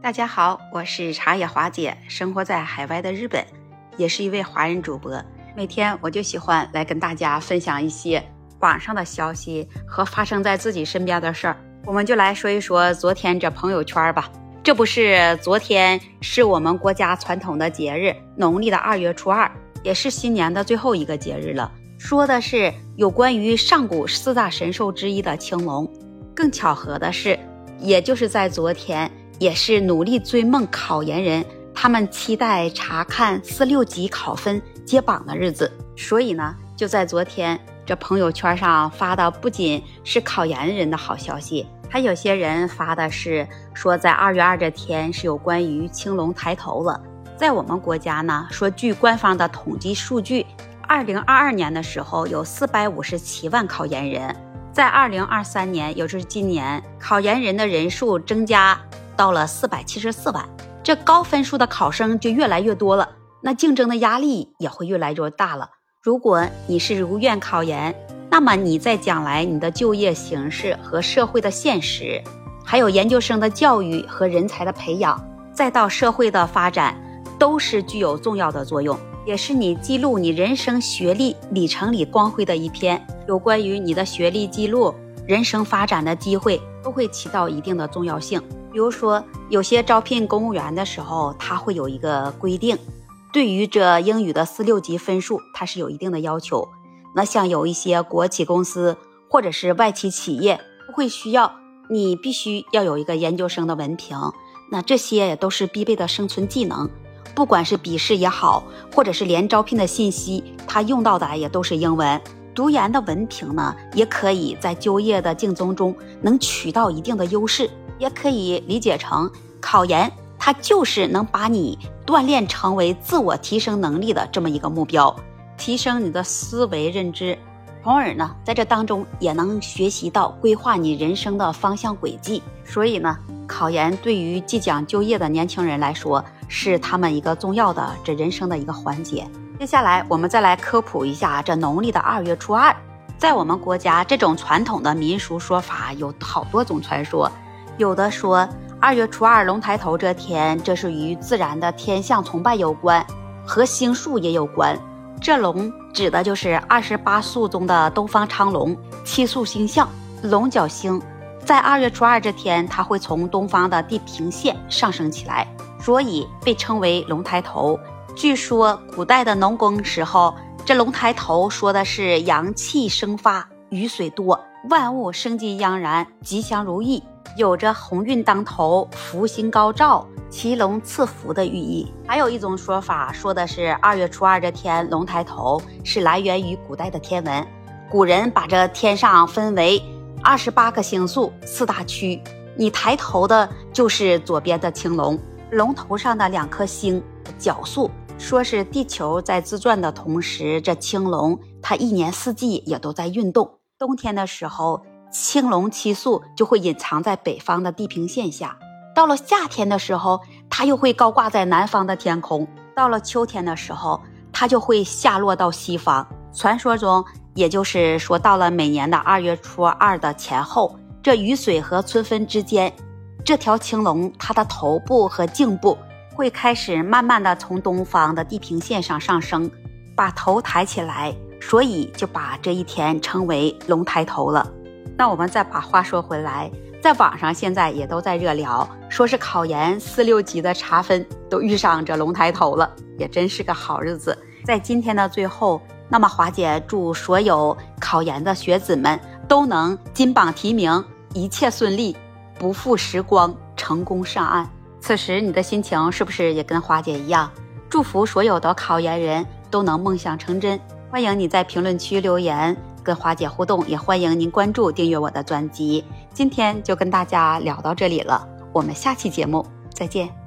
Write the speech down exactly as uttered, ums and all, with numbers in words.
大家好，我是茶野华姐，生活在海外的日本，也是一位华人主播。每天我就喜欢来跟大家分享一些网上的消息和发生在自己身边的事儿。我们就来说一说昨天这朋友圈吧。这不是昨天是我们国家传统的节日，农历的二月初二，也是新年的最后一个节日了。说的是有关于上古四大神兽之一的青龙。更巧合的是，也就是在昨天，也是努力追梦考研人他们期待查看四六级考分揭榜的日子。所以呢，就在昨天这朋友圈上发的不仅是考研人的好消息，还有些人发的是说在二月二这天是有关于青龙抬头了。在我们国家呢，说据官方的统计数据，二零二二年的时候有四百五十七万考研人，在二零二三年，也就是今年，考研人的人数增加到了四百七十四万，这高分数的考生就越来越多了，那竞争的压力也会越来越大了。如果你是如愿考研，那么你在将来你的就业形势和社会的现实，还有研究生的教育和人才的培养，再到社会的发展，都是具有重要的作用，也是你记录你人生学历里程里光辉的一篇。有关于你的学历记录、人生发展的机会，都会起到一定的重要性。比如说有些招聘公务员的时候，它会有一个规定，对于这英语的四六级分数它是有一定的要求。那像有一些国企公司或者是外企企业会需要你必须要有一个研究生的文凭，那这些也都是必备的生存技能。不管是笔试也好，或者是连招聘的信息，它用到的也都是英文。读研的文凭呢，也可以在就业的竞争中能取到一定的优势，也可以理解成考研它就是能把你锻炼成为自我提升能力的这么一个目标，提升你的思维认知，从而呢在这当中也能学习到规划你人生的方向轨迹。所以呢，考研对于即将就业的年轻人来说，是他们一个重要的这人生的一个环节。接下来我们再来科普一下这农历的二月初二。在我们国家，这种传统的民俗说法有好多种传说。有的说二月初二龙抬头这天，这是与自然的天象崇拜有关，和星宿也有关。这龙指的就是二十八宿中的东方昌龙，七宿星象龙角星。在二月初二这天，它会从东方的地平线上升起来，所以被称为龙抬头。据说古代的农耕时候，这龙抬头说的是阳气生发，雨水多，万物生机盎然，吉祥如意，有着鸿运当头，福星高照，骑龙赐福的寓意。还有一种说法说的是二月初二这天龙抬头是来源于古代的天文，古人把这天上分为二十八个星宿四大区，你抬头的就是左边的青龙，龙头上的两颗星角宿，说是地球在自转的同时，这青龙它一年四季也都在运动。冬天的时候，青龙七宿就会隐藏在北方的地平线下，到了夏天的时候，它又会高挂在南方的天空，到了秋天的时候，它就会下落到西方。传说中，也就是说到了每年的二月初二的前后，这雨水和春分之间，这条青龙它的头部和颈部会开始慢慢的从东方的地平线上上升，把头抬起来，所以就把这一天称为龙抬头了。那我们再把话说回来，在网上现在也都在热聊，说是考研四六级的查分都遇上这龙抬头了，也真是个好日子。在今天的最后，那么华姐祝所有考研的学子们都能金榜题名，一切顺利，不负时光，成功上岸。此时你的心情是不是也跟华姐一样？祝福所有的考研人都能梦想成真。欢迎你在评论区留言跟华姐互动，也欢迎您关注订阅我的专辑。今天就跟大家聊到这里了，我们下期节目再见。